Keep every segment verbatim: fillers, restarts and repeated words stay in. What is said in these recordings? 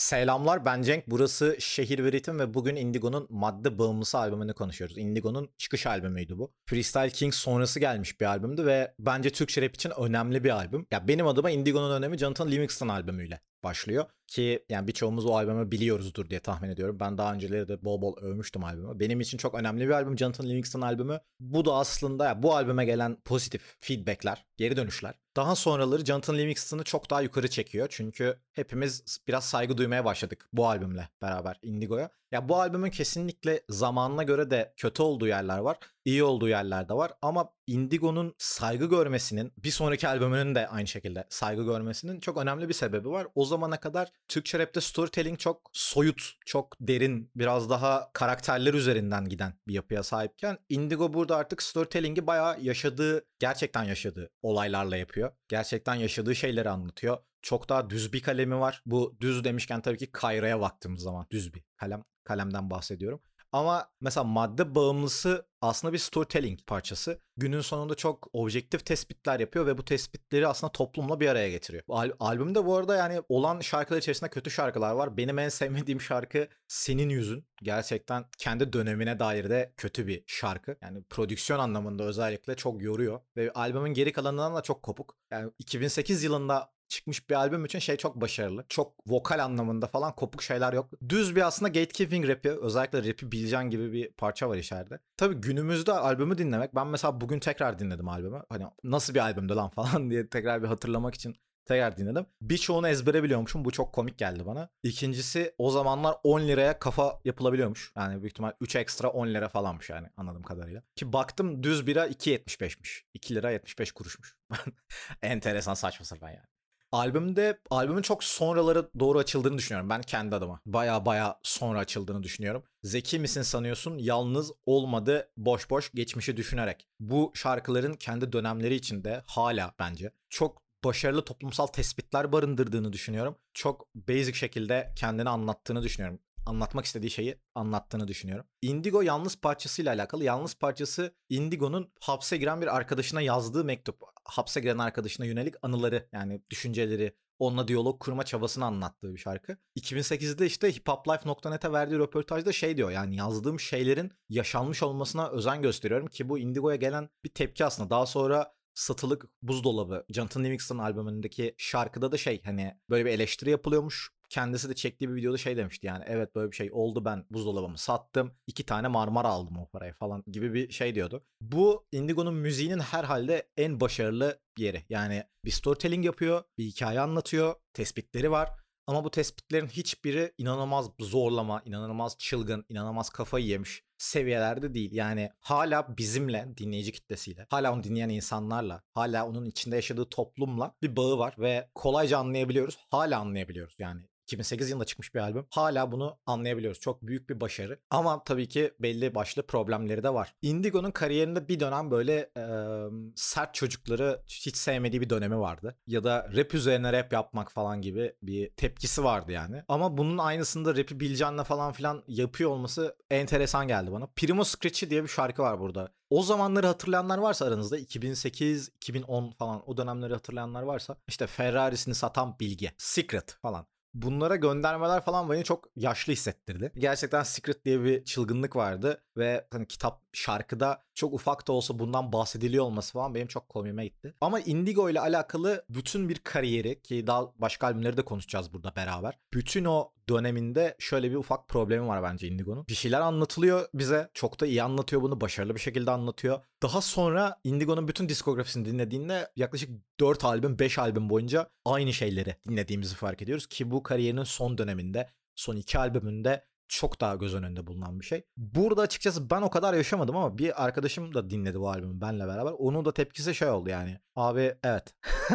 Selamlar, ben Cenk. Burası Şehir ve Ritim ve bugün Indigo'nun Madde Bağımlısı albümünü konuşuyoruz. Indigo'nun çıkış albümüydü bu. Freestyle King sonrası gelmiş bir albümdü ve bence Türkçe rap için önemli bir albüm. Ya benim adıma Indigo'nun önemi Jonathan Livingston albümüyle başlıyor. Ki yani birçoğumuz o albümü biliyoruzdur diye tahmin ediyorum. Ben daha önceleri de bol bol övmüştüm albümü. Benim için çok önemli bir albüm Jonathan Livingston albümü. Bu da aslında ya, bu albüme gelen pozitif feedbackler, geri dönüşler daha sonraları Jonathan Livingston'ı çok daha yukarı çekiyor. Çünkü hepimiz biraz saygı duymaya başladık bu albümle beraber Indigo'ya. Ya bu albümün kesinlikle zamanına göre de kötü olduğu yerler var, iyi olduğu yerler de var. Ama Indigo'nun saygı görmesinin, bir sonraki albümünün de aynı şekilde saygı görmesinin çok önemli bir sebebi var. O zamana kadar Türkçe rapte storytelling çok soyut, çok derin, biraz daha karakterler üzerinden giden bir yapıya sahipken Indigo burada artık storytelling'i bayağı yaşadığı, gerçekten yaşadığı olaylarla yapıyor. Gerçekten yaşadığı şeyleri anlatıyor. Çok daha düz bir kalemi var. Bu düz demişken tabii ki Kayra'ya baktığımız zaman düz bir kalem. Kalemden bahsediyorum. Ama mesela Madde Bağımlısı aslında bir storytelling parçası. Günün sonunda çok objektif tespitler yapıyor ve bu tespitleri aslında toplumla bir araya getiriyor. Al- albümde bu arada yani olan şarkılar içerisinde kötü şarkılar var. Benim en sevmediğim şarkı Senin Yüzün. Gerçekten kendi dönemine dair de kötü bir şarkı. Yani prodüksiyon anlamında özellikle çok yoruyor. Ve albümün geri kalanından da çok kopuk. Yani iki bin sekiz yılında çıkmış bir albüm için şey çok başarılı. Çok vokal anlamında falan kopuk şeyler yok. Düz bir aslında gatekeeping rapi, özellikle rapi Bilcan gibi bir parça var içeride. Tabii günümüzde albümü dinlemek, ben mesela bugün tekrar dinledim albümü. Hani nasıl bir albümdü lan falan diye tekrar bir hatırlamak için tekrar dinledim. Birçoğunu ezbere biliyormuşum. Bu çok komik geldi bana. İkincisi, o zamanlar on liraya kafa yapılabiliyormuş. Yani büyük ihtimal üç ekstra on lira falanmış yani anladığım kadarıyla. Ki baktım düz bira iki yetmiş beşmiş. iki lira yetmiş beş kuruşmuş. Enteresan, saçma sapan yani. Albümde, albümün çok sonraları doğru açıldığını düşünüyorum ben kendi adıma. Baya baya sonra açıldığını düşünüyorum. Zeki misin sanıyorsun, yalnız olmadı, boş boş geçmişi düşünerek. Bu şarkıların kendi dönemleri içinde hala bence çok başarılı toplumsal tespitler barındırdığını düşünüyorum. Çok basic şekilde kendini anlattığını düşünüyorum. Anlatmak istediği şeyi anlattığını düşünüyorum. Indigo Yalnız parçasıyla alakalı. Yalnız parçası Indigo'nun hapse giren bir arkadaşına yazdığı mektup. Hapse giren arkadaşına yönelik anıları, yani düşünceleri, onunla diyalog kurma çabasını anlattığı bir şarkı. iki bin sekizde işte hiphoplife nokta net'e verdiği röportajda şey diyor, yani yazdığım şeylerin yaşanmış olmasına özen gösteriyorum ki bu Indigo'ya gelen bir tepki aslında. Daha sonra Satılık Buzdolabı, Jonathan Livingston albümündeki şarkıda da şey, hani böyle bir eleştiri yapılıyormuş. Kendisi de çektiği bir videoda şey demişti, yani evet böyle bir şey oldu, ben buzdolabımı sattım, iki tane Marmara aldım o paraya falan gibi bir şey diyordu. Bu Indigo'nun müziğinin herhalde en başarılı yeri. Yani bir storytelling yapıyor, bir hikaye anlatıyor, tespitleri var. Ama bu tespitlerin hiçbiri inanılmaz zorlama, inanılmaz çılgın, inanılmaz kafayı yemiş seviyelerde değil. Yani hala bizimle, dinleyici kitlesiyle, hala onu dinleyen insanlarla, hala onun içinde yaşadığı toplumla bir bağı var ve kolayca anlayabiliyoruz. Hala anlayabiliyoruz yani. iki bin sekiz yılında çıkmış bir albüm. Hala bunu anlayabiliyoruz. Çok büyük bir başarı. Ama tabii ki belli başlı problemleri de var. Indigo'nun kariyerinde bir dönem böyle e, sert çocukları hiç sevmediği bir dönemi vardı. Ya da rap üzerine rap yapmak falan gibi bir tepkisi vardı yani. Ama bunun aynısında rap'i Bilcan'la falan filan yapıyor olması enteresan geldi bana. Primo Scratchy diye bir şarkı var burada. O zamanları hatırlayanlar varsa aranızda, iki bin sekiz iki bin on falan o dönemleri hatırlayanlar varsa, işte Ferrari'sini satan Bilge, Secret falan. Bunlara göndermeler falan beni çok yaşlı hissettirdi. Gerçekten Secret diye bir çılgınlık vardı ve hani kitap, şarkıda çok ufak da olsa bundan bahsediliyor olması falan benim çok komiğime gitti. Ama Indigo ile alakalı bütün bir kariyeri, ki daha başka albümleri de konuşacağız burada beraber. Bütün o döneminde şöyle bir ufak problemi var bence Indigo'nun. Bir şeyler anlatılıyor bize. Çok da iyi anlatıyor bunu. Başarılı bir şekilde anlatıyor. Daha sonra Indigo'nun bütün diskografisini dinlediğinde yaklaşık dört albüm, beş albüm boyunca aynı şeyleri dinlediğimizi fark ediyoruz. Ki bu kariyerinin son döneminde, son iki albümünde çok daha göz önünde bulunan bir şey. Burada açıkçası ben o kadar yaşamadım ama bir arkadaşım da dinledi bu albümü benle beraber. Onun da tepkisi şey oldu yani. Abi evet.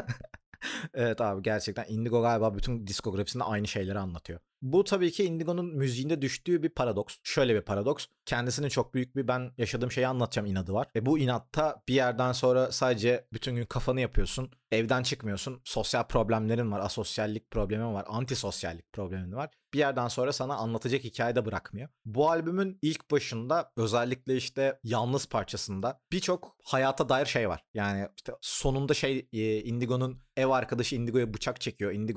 Evet abi, gerçekten Indigo galiba bütün diskografisinde aynı şeyleri anlatıyor. Bu tabii ki Indigo'nun müziğinde düştüğü bir paradoks. Şöyle bir paradoks. Kendisinin çok büyük bir ben yaşadığım şeyi anlatacağım inadı var. Ve bu inatta bir yerden sonra sadece bütün gün kafanı yapıyorsun. Evden çıkmıyorsun. Sosyal problemlerin var. Asosyallik problemin var. Antisosyallik problemin var. Bir yerden sonra sana anlatacak hikaye de bırakmıyor. Bu albümün ilk başında özellikle işte Yalnız parçasında birçok hayata dair şey var. Yani işte sonunda şey, Indigo'nun ev arkadaşı Indigo'ya bıçak çekiyor. Indigo'da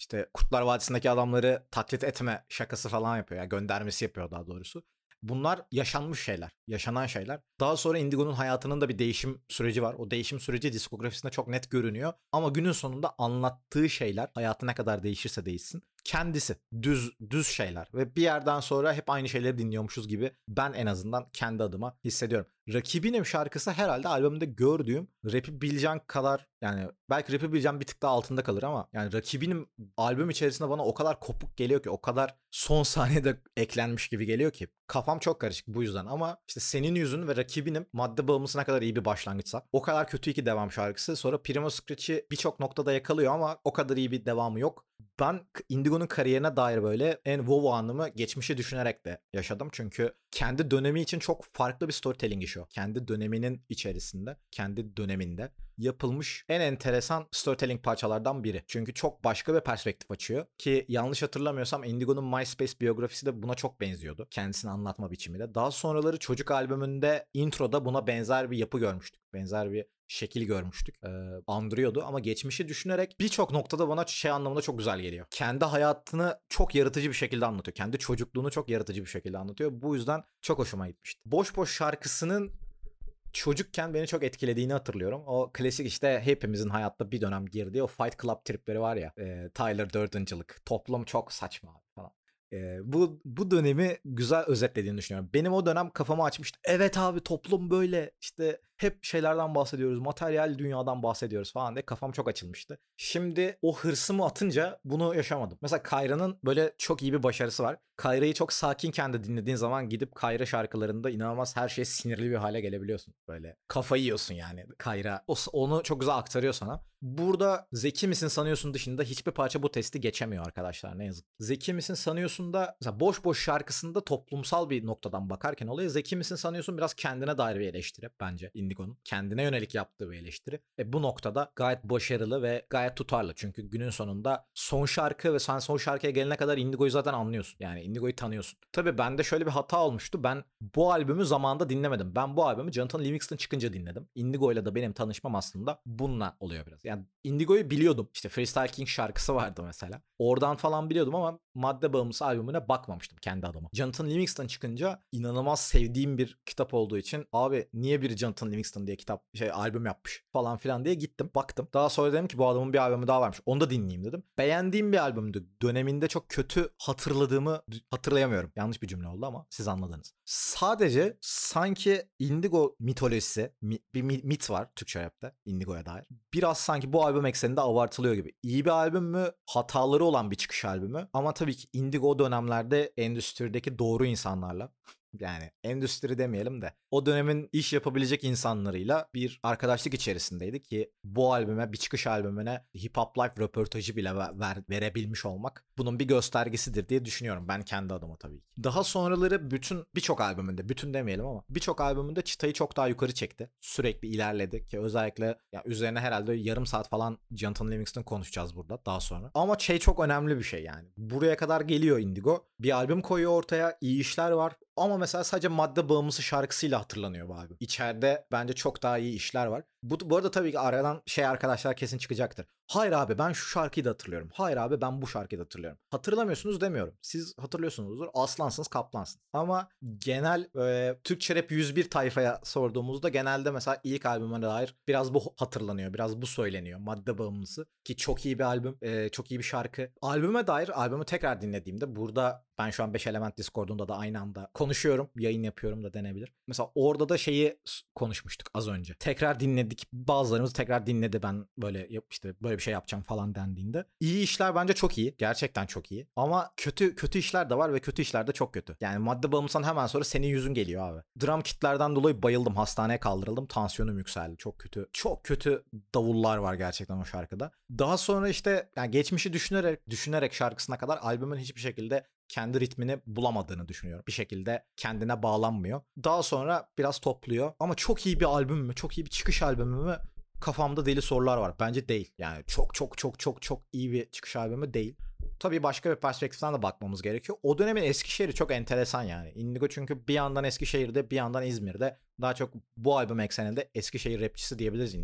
işte Kurtlar Vadisi'ndeki adamları taklit etme şakası falan yapıyor. Yani göndermesi yapıyor daha doğrusu. Bunlar yaşanmış şeyler, yaşanan şeyler. Daha sonra Indigo'nun hayatının da bir değişim süreci var. O değişim süreci diskografisinde çok net görünüyor. Ama günün sonunda anlattığı şeyler, hayatı ne kadar değişirse değişsin, kendisi. Düz düz şeyler. Ve bir yerden sonra hep aynı şeyleri dinliyormuşuz gibi ben en azından kendi adıma hissediyorum. Rakibinim şarkısı herhalde albümde gördüğüm rapi bileceğin kadar, yani belki rapi bileceğim bir tık daha altında kalır ama yani Rakibinim albüm içerisinde bana o kadar kopuk geliyor ki, o kadar son saniyede eklenmiş gibi geliyor ki kafam çok karışık bu yüzden. Ama işte Senin Yüzün ve Rakibinim madde bağımlısı ne kadar iyi bir başlangıçsa, o kadar kötü iki devam şarkısı. Sonra Primo Scratch'i birçok noktada yakalıyor ama o kadar iyi bir devamı yok. Ben Indigo'nun kariyerine dair böyle en wow anımı geçmişi düşünerek de yaşadım. Çünkü kendi dönemi için çok farklı bir storytelling işi o. Kendi döneminin içerisinde, kendi döneminde yapılmış en enteresan storytelling parçalardan biri. Çünkü çok başka bir perspektif açıyor. Ki yanlış hatırlamıyorsam Indigo'nun MySpace biyografisi de buna çok benziyordu. Kendisini anlatma biçimi de. Daha sonraları Çocuk albümünde introda buna benzer bir yapı görmüştük. Benzer bir şekil görmüştük. Ee, andırıyordu ama geçmişi düşünerek birçok noktada bana şey anlamında çok güzel geliyor. Kendi hayatını çok yaratıcı bir şekilde anlatıyor. Kendi çocukluğunu çok yaratıcı bir şekilde anlatıyor. Bu yüzden çok hoşuma gitmişti. Boş Boş şarkısının çocukken beni çok etkilediğini hatırlıyorum. O klasik işte hepimizin hayatta bir dönem girdiği o Fight Club tripleri var ya. E, Tyler Durden'cılık. Toplum çok saçma falan. E, bu bu dönemi güzel özetlediğini düşünüyorum. Benim o dönem kafamı açmıştı. Evet abi, toplum böyle işte hep şeylerden bahsediyoruz. Materyal dünyadan bahsediyoruz falan diye kafam çok açılmıştı. Şimdi o hırsımı atınca bunu yaşamadım. Mesela Kayra'nın böyle çok iyi bir başarısı var. Kayra'yı çok sakinken de dinlediğin zaman gidip Kayra şarkılarında inanılmaz her şeye sinirli bir hale gelebiliyorsun. Böyle kafayı yiyorsun yani. Kayra o, onu çok güzel aktarıyor sana. Burada Zeki Misin Sanıyorsun dışında hiçbir parça bu testi geçemiyor arkadaşlar, ne yazık. Zeki Misin Sanıyorsun da mesela Boş Boş şarkısında toplumsal bir noktadan bakarken olaya, Zeki Misin Sanıyorsun biraz kendine dair bir eleştiri bence. Indigo'nun kendine yönelik yaptığı bir eleştiri. E bu noktada gayet başarılı ve gayet tutarlı. Çünkü günün sonunda son şarkı ve sen son şarkıya gelene kadar Indigo'yu zaten anlıyorsun. Yani Indigo'yu tanıyorsun. Tabii bende şöyle bir hata olmuştu. Ben bu albümü zamanında dinlemedim. Ben bu albümü Jonathan Livingston çıkınca dinledim. Indigo'yla da benim tanışmam aslında bununla oluyor biraz. Yani Indigo'yu biliyordum. İşte Freestyle King şarkısı vardı mesela. Oradan falan biliyordum ama Madde Bağımlısı albümüne bakmamıştım kendi adıma. Jonathan Livingston çıkınca inanılmaz sevdiğim bir kitap olduğu için, abi niye biri Jonathan Livingston diye kitap şey albüm yapmış falan filan diye gittim baktım. Daha sonra dedim ki bu adamın bir albümü daha varmış. Onu da dinleyeyim dedim. Beğendiğim bir albümdü. Döneminde çok kötü hatırladığımı hatırlayamıyorum. Yanlış bir cümle oldu ama siz anladınız. Sadece sanki Indigo mitolojisi, mi, bir mit var Türkçe rapte Indigo'ya dair. Biraz sanki bu albüm ekseninde abartılıyor gibi. İyi bir albüm mü? Hataları olan bir çıkış albümü. Ama tabii ki Indigo o dönemlerde endüstrideki doğru insanlarla, yani endüstri demeyelim de o dönemin iş yapabilecek insanlarıyla bir arkadaşlık içerisindeydi ki bu albüme, bir çıkış albümüne Hip Hop Life röportajı bile ver, verebilmiş olmak bunun bir göstergesidir diye düşünüyorum ben kendi adıma tabii ki. Daha sonraları bütün birçok albümünde, bütün demeyelim ama birçok albümünde çıtayı çok daha yukarı çekti. Sürekli ilerledi ki özellikle ya üzerine herhalde yarım saat falan Jonathan Livingston konuşacağız burada daha sonra. Ama şey çok önemli bir şey yani. Buraya kadar geliyor Indigo. Bir albüm koyuyor ortaya, iyi işler var. Ama mesela sadece Madde Bağımlısı şarkısıyla hatırlanıyor bu albüm. İçeride bence çok daha iyi işler var. Bu, bu arada tabii ki aradan şey arkadaşlar kesin çıkacaktır. Hayır abi ben şu şarkıyı da hatırlıyorum. Hayır abi ben bu şarkıyı da hatırlıyorum. Hatırlamıyorsunuz demiyorum. Siz hatırlıyorsunuzdur. Aslansınız kaplansınız. Ama genel e, Türkçe rap yüz bir tayfaya sorduğumuzda genelde mesela ilk albüme dair biraz bu hatırlanıyor. Biraz bu söyleniyor. Madde Bağımlısı. Ki çok iyi bir albüm. E, çok iyi bir şarkı. Albüme dair albümü tekrar dinlediğimde burada ben şu an beş Element Discord'unda da aynı anda konuşuyorum. Yayın yapıyorum da denebilir. Mesela orada da şeyi konuşmuştuk az önce. Tekrar dinledik. Bazılarımız tekrar dinledi, ben böyle işte böyle bir şey yapacağım falan dendiğinde. İyi işler bence çok iyi. Gerçekten çok iyi. Ama kötü kötü işler de var ve kötü işler de çok kötü. Yani Madde Bağımlısı'ndan hemen sonra Senin Yüzün geliyor abi. Drum kitlerden dolayı bayıldım. Hastaneye kaldırıldım. Tansiyonum yükseldi. Çok kötü. Çok kötü davullar var gerçekten o şarkıda. Daha sonra işte yani geçmişi düşünerek düşünerek şarkısına kadar albümün hiçbir şekilde kendi ritmini bulamadığını düşünüyorum. Bir şekilde kendine bağlanmıyor. Daha sonra biraz topluyor. Ama çok iyi bir albüm mü? Çok iyi bir çıkış albümü mü? Kafamda deli sorular var. Bence değil. Yani çok çok çok çok çok iyi bir çıkış albümü değil. Tabii başka bir perspektiften de bakmamız gerekiyor. O dönemin Eskişehir'i çok enteresan yani. Indigo çünkü bir yandan Eskişehir'de bir yandan İzmir'de. Daha çok bu albüm ekseninde Eskişehir rapçisi diyebiliriz Indigo'ya.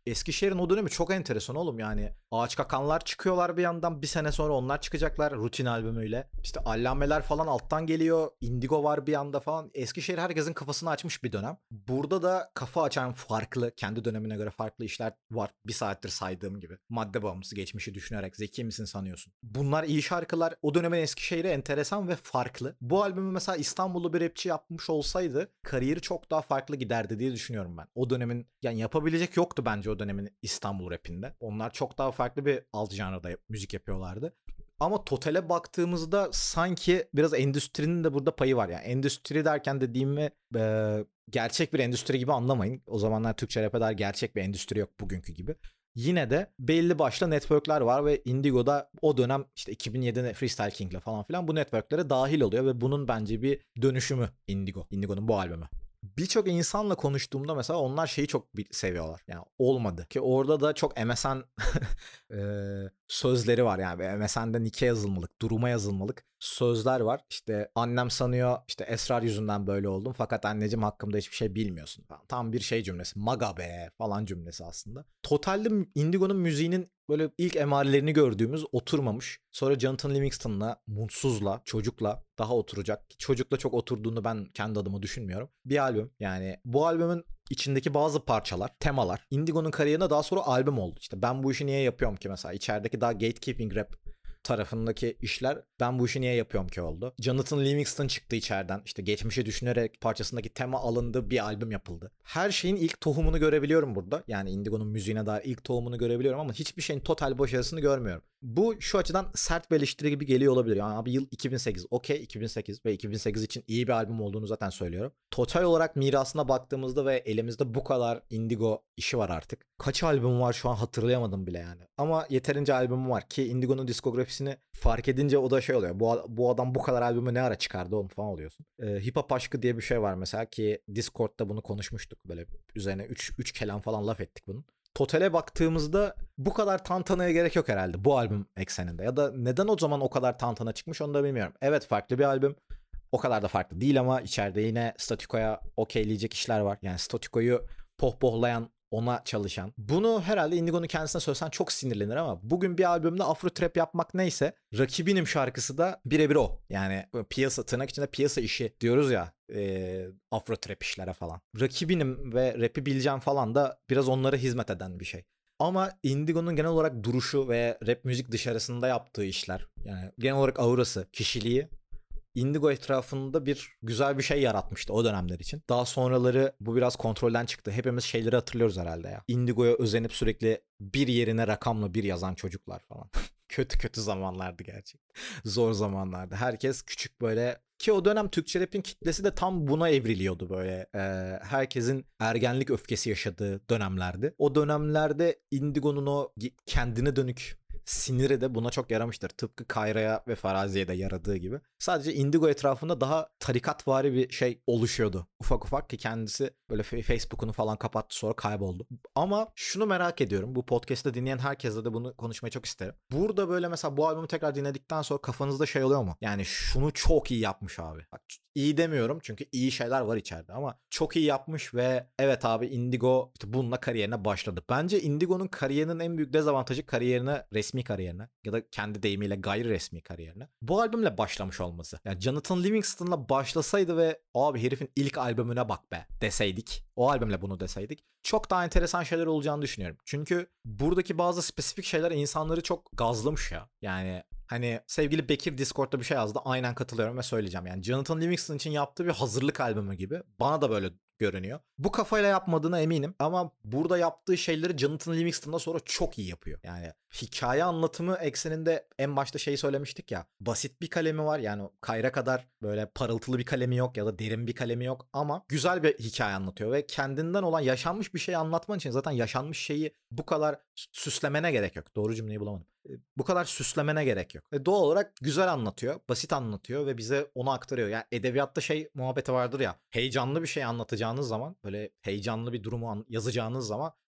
Eskişehir'in o dönemi çok enteresan oğlum yani. Ağaç Kakanlar çıkıyorlar bir yandan. Bir sene sonra onlar çıkacaklar rutin albümüyle. İşte Allameler falan alttan geliyor. Indigo var bir yanda falan. Eskişehir herkesin kafasını açmış bir dönem. Burada da kafa açan farklı, kendi dönemine göre farklı işler var. Bir saattir saydığım gibi. Madde bağımlısı, geçmişi düşünerek zeki misin sanıyorsun. Bunlar iyi şarkılar. O dönemin Eskişehir'i enteresan ve farklı. Bu albümü mesela İstanbullu bir rapçi yapmış olsaydı kariyeri çok daha farklı giderdi diye düşünüyorum ben. O dönemin yani yapabilecek yoktu bence o dönemin İstanbul rapinde. Onlar çok daha farklı bir alt janrada müzik yapıyorlardı. Ama totale baktığımızda sanki biraz endüstrinin de burada payı var. Yani endüstri derken dediğimi e, gerçek bir endüstri gibi anlamayın. O zamanlar Türkçe rap'e dair gerçek bir endüstri yok bugünkü gibi. Yine de belli başlı networkler var ve Indigo'da o dönem işte iki bin yedide Freestyle King'le falan filan bu networklere dahil oluyor ve bunun bence bir dönüşümü Indigo. Indigo'nun bu albümü. Birçok insanla konuştuğumda mesela onlar şeyi çok seviyorlar. Yani olmadı. Ki orada da çok M S N e, sözleri var yani. M S N'de nike yazılmalık, duruma yazılmalık sözler var. İşte annem sanıyor işte esrar yüzünden böyle oldum fakat anneciğim hakkımda hiçbir şey bilmiyorsun falan. Tam bir şey cümlesi. Maga be falan cümlesi aslında. Totalde Indigo'nun müziğinin böyle ilk emarelerini gördüğümüz oturmamış. Sonra Jonathan Livingston'la, Mutsuz'la, Çocuk'la daha oturacak. Çocuk'la çok oturduğunu ben kendi adıma düşünmüyorum. Bir albüm yani bu albümün içindeki bazı parçalar, temalar Indigo'nun kariyerine daha sonra albüm oldu. İşte ben bu işi niye yapıyorum ki mesela içerideki daha gatekeeping rap tarafındaki işler ben bu işi niye yapıyorum ki oldu. Jonathan Livingston çıktı içeriden. İşte geçmişi düşünerek parçasındaki tema alındı, bir albüm yapıldı. Her şeyin ilk tohumunu görebiliyorum burada. Yani Indigo'nun müziğine dair ilk tohumunu görebiliyorum ama hiçbir şeyin total başarısını görmüyorum. Bu şu açıdan sert bir eleştiri gibi geliyor olabilir. Yani abi yıl iki bin sekiz. Okey iki bin sekiz ve iki bin sekiz için iyi bir albüm olduğunu zaten söylüyorum. Total olarak mirasına baktığımızda ve elimizde bu kadar Indigo işi var artık. Kaç albüm var şu an hatırlayamadım bile yani. Ama yeterince albüm var ki Indigo'nun diskografisini fark edince o da şey oluyor. Bu, bu adam bu kadar albümü ne ara çıkardı oğlum falan oluyorsun. Ee, Hip Hop Aşkı diye bir şey var mesela ki Discord'da bunu konuşmuştuk. Böyle üzerine üç kelam falan laf ettik bunun. Totale baktığımızda bu kadar tantanaya gerek yok herhalde bu albüm ekseninde. Ya da neden o zaman o kadar tantana çıkmış onu da bilmiyorum. Evet farklı bir albüm. O kadar da farklı değil ama içeride yine Statiko'ya okeyleyecek işler var. Yani Statiko'yu pohpohlayan, ona çalışan. Bunu herhalde Indigo'nun kendisine söylesen çok sinirlenir ama bugün bir albümde Afro Trap yapmak neyse Rakibinim şarkısı da birebir o. Yani piyasa, tırnak içinde piyasa işi diyoruz ya e, Afro Trap işlere falan. Rakibinim ve rap'i bileceğim falan da biraz onlara hizmet eden bir şey. Ama Indigo'nun genel olarak duruşu ve rap müzik dışarısında yaptığı işler yani genel olarak aurası, kişiliği Indigo etrafında bir güzel bir şey yaratmıştı o dönemler için. Daha sonraları bu biraz kontrolden çıktı. Hepimiz şeyleri hatırlıyoruz herhalde ya. Indigo'ya özenip sürekli bir yerine rakamla bir yazan çocuklar falan. Kötü kötü zamanlardı gerçekten. Zor zamanlardı. Herkes küçük böyle ki o dönem Türkçe rap'in kitlesi de tam buna evriliyordu böyle. Ee, herkesin ergenlik öfkesi yaşadığı dönemlerdi. O dönemlerde Indigo'nun o kendine dönük siniri de buna çok yaramıştır. Tıpkı Kayra'ya ve Farazi'ye de yaradığı gibi. Sadece Indigo etrafında daha tarikatvari bir şey oluşuyordu. Ufak ufak ki kendisi böyle Facebook'unu falan kapattı sonra kayboldu. Ama şunu merak ediyorum. Bu podcast'ı dinleyen herkesle de bunu konuşmayı çok isterim. Burada böyle mesela bu albümü tekrar dinledikten sonra kafanızda şey oluyor mu? Yani şunu çok iyi yapmış abi. Bak iyi demiyorum çünkü iyi şeyler var içeride ama çok iyi yapmış ve evet abi Indigo işte bununla kariyerine başladı. Bence Indigo'nun kariyerinin en büyük dezavantajı kariyerine, resmi kariyerine ya da kendi deyimiyle gayri resmi kariyerine bu albümle başlamış olması. Yani Jonathan Livingston'la başlasaydı ve abi herifin ilk albümüne bak be deseydik, o albümle bunu deseydik çok daha enteresan şeyler olacağını düşünüyorum. Çünkü buradaki bazı spesifik şeyler insanları çok gazlamış ya. Yani hani sevgili Bekir Discord'da bir şey yazdı. Aynen katılıyorum ve söyleyeceğim. Yani Jonathan Livingston için yaptığı bir hazırlık albümü gibi. Bana da böyle görünüyor. Bu kafayla yapmadığına eminim ama burada yaptığı şeyleri Jonathan Livingston'dan sonra çok iyi yapıyor. Yani hikaye anlatımı ekseninde en başta şeyi söylemiştik ya. Basit bir kalemi var yani Kayra kadar böyle parıltılı bir kalemi yok ya da derin bir kalemi yok ama güzel bir hikaye anlatıyor ve kendinden olan yaşanmış bir şey anlatman için zaten yaşanmış şeyi bu kadar süslemene gerek yok. Doğru cümleyi bulamadım. Bu kadar süslemene gerek yok. Ve doğal olarak güzel anlatıyor, basit anlatıyor ve bize onu aktarıyor. Yani edebiyatta şey muhabbeti vardır ya, heyecanlı bir şey anlatacağınız zaman, böyle heyecanlı bir durumu yazacağınız zaman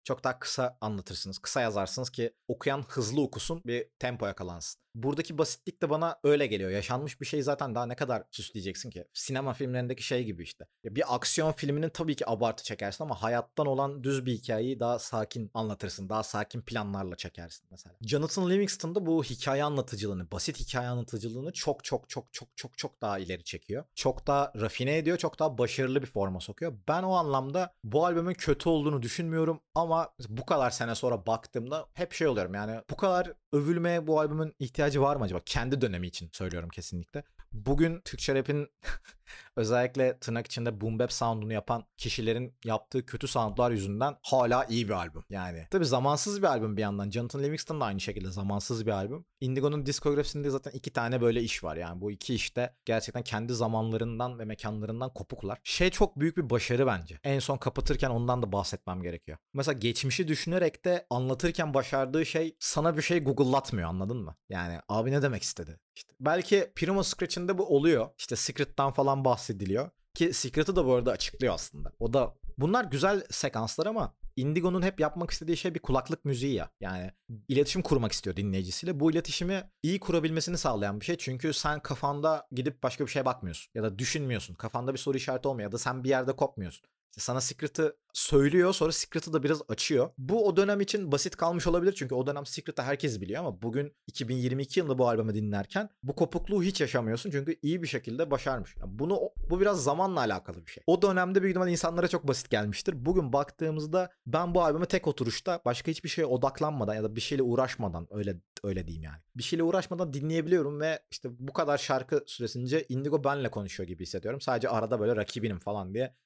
Çok daha kısa anlatırsınız. Kısa yazarsınız ki okuyan hızlı okusun, bir tempo yakalansın. Buradaki basitlik de bana öyle geliyor. Yaşanmış bir şey zaten daha ne kadar süsleyeceksin ki? Sinema filmlerindeki şey gibi işte. Ya bir aksiyon filminin tabii ki abartı çekersin ama hayattan olan düz bir hikayeyi daha sakin anlatırsın. Daha sakin planlarla çekersin mesela. Jonathan Livingston da bu hikaye anlatıcılığını, basit hikaye anlatıcılığını çok çok çok çok çok çok daha ileri çekiyor. Çok daha rafine ediyor, çok daha başarılı bir forma sokuyor. Ben o anlamda bu albümün kötü olduğunu düşünmüyorum ama bu kadar sene sonra baktığımda hep şey oluyorum yani bu kadar övülmeye bu albümün ihtiyacı var mı acaba? Kendi dönemi için söylüyorum kesinlikle. Bugün Türkçe rap'in özellikle tırnak içinde boom bap sound'unu yapan kişilerin yaptığı kötü sound'lar yüzünden hala iyi bir albüm. Yani tabii zamansız bir albüm bir yandan. Jonathan Livingston da aynı şekilde zamansız bir albüm. Indigo'nun diskografisinde zaten iki tane böyle iş var. Yani bu iki işte gerçekten kendi zamanlarından ve mekanlarından kopuklar. Şey çok büyük bir başarı bence. En son kapatırken ondan da bahsetmem gerekiyor. Mesela geçmişi düşünerek de anlatırken başardığı şey sana bir şey Google'latmıyor, anladın mı? Yani abi ne demek istedi? İşte belki Primo Scratch'in de bu oluyor. İşte Secret'tan falan bahsediliyor. Ki Secret'ı da bu arada açıklıyor aslında. O da bunlar güzel sekanslar ama Indigo'nun hep yapmak istediği şey bir kulaklık müziği ya. Yani iletişim kurmak istiyor dinleyicisiyle. Bu iletişimi iyi kurabilmesini sağlayan bir şey. Çünkü sen kafanda gidip başka bir şeye bakmıyorsun. Ya da düşünmüyorsun. Kafanda bir soru işareti olmuyor. Ya da sen bir yerde kopmuyorsun. Sana Secret'ı söylüyor, sonra Secret'ı da biraz açıyor. Bu o dönem için basit kalmış olabilir çünkü o dönem Secret'ı herkes biliyor ama bugün iki bin yirmi iki yılında bu albümü dinlerken bu kopukluğu hiç yaşamıyorsun çünkü iyi bir şekilde başarmış. Yani bunu bu biraz zamanla alakalı bir şey. O dönemde büyük ihtimalle insanlara çok basit gelmiştir. Bugün baktığımızda ben bu albümü tek oturuşta başka hiçbir şeye odaklanmadan ya da bir şeyle uğraşmadan öyle öyle diyeyim yani. Bir şeyle uğraşmadan dinleyebiliyorum ve işte bu kadar şarkı süresince Indigo benle konuşuyor gibi hissediyorum. Sadece arada böyle rakibinim falan diye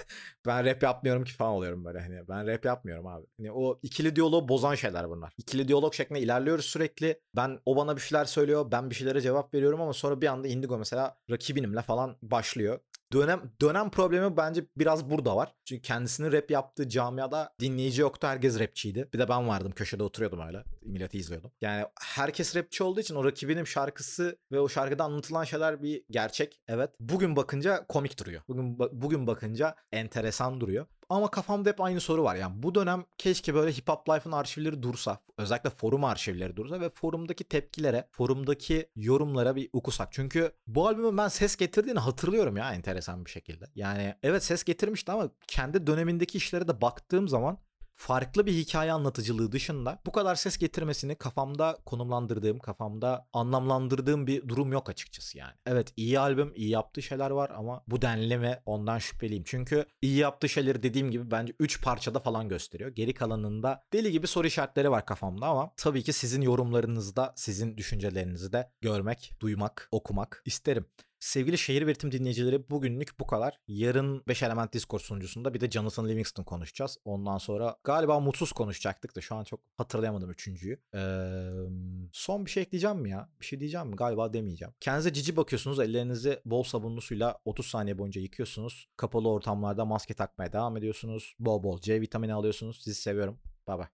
ben rap yapmıyorum ki falan oluyorum böyle hani. Ben rap yapmıyorum abi. Hani o ikili diyaloğu bozan şeyler bunlar. İkili diyalog şeklinde ilerliyoruz sürekli. Ben o bana bir şeyler söylüyor. Ben bir şeylere cevap veriyorum ama sonra bir anda Indigo mesela rakibinimle falan başlıyor. Dönem dönem problemi bence biraz burada var. Çünkü kendisinin rap yaptığı camiada dinleyici yoktu. Herkes rapçiydi. Bir de ben vardım. Köşede oturuyordum öyle. Milleti izliyordum. Yani herkes rapçi olduğu için o rakibinin şarkısı ve o şarkıda anlatılan şeyler bir gerçek. Evet. Bugün bakınca komik duruyor. Bugün bugün bakınca enteresan duruyor. Ama kafamda hep aynı soru var. Yani bu dönem keşke böyle Hip Hop Life'ın arşivleri dursa. Özellikle forum arşivleri dursa ve forumdaki tepkilere, forumdaki yorumlara bir okusak. Çünkü bu albümün ben ses getirdiğini hatırlıyorum ya enteresan bir şekilde. Yani evet ses getirmişti ama kendi dönemindeki işlere de baktığım zaman farklı bir hikaye anlatıcılığı dışında bu kadar ses getirmesini kafamda konumlandırdığım, kafamda anlamlandırdığım bir durum yok açıkçası yani. Evet iyi albüm, iyi yaptığı şeyler var ama bu denli mi ondan şüpheliyim. Çünkü iyi yaptığı şeyleri dediğim gibi bence üç parçada falan gösteriyor. Geri kalanında deli gibi soru işaretleri var kafamda ama tabii ki sizin yorumlarınızda, sizin düşüncelerinizi de görmek, duymak, okumak isterim. Sevgili Şehir Veritim dinleyicileri bugünlük bu kadar. Yarın beş Element Discord sunucusunda bir de Jonathan Livingston konuşacağız. Ondan sonra galiba Mutsuz konuşacaktık da şu an çok hatırlayamadım üçüncüyü. Ee, son bir şey ekleyeceğim mi ya? Bir şey diyeceğim mi? Galiba demeyeceğim. Kendinize cici bakıyorsunuz. Ellerinizi bol sabunlu suyla otuz saniye boyunca yıkıyorsunuz. Kapalı ortamlarda maske takmaya devam ediyorsunuz. Bol bol C vitamini alıyorsunuz. Sizi seviyorum. Bye bye.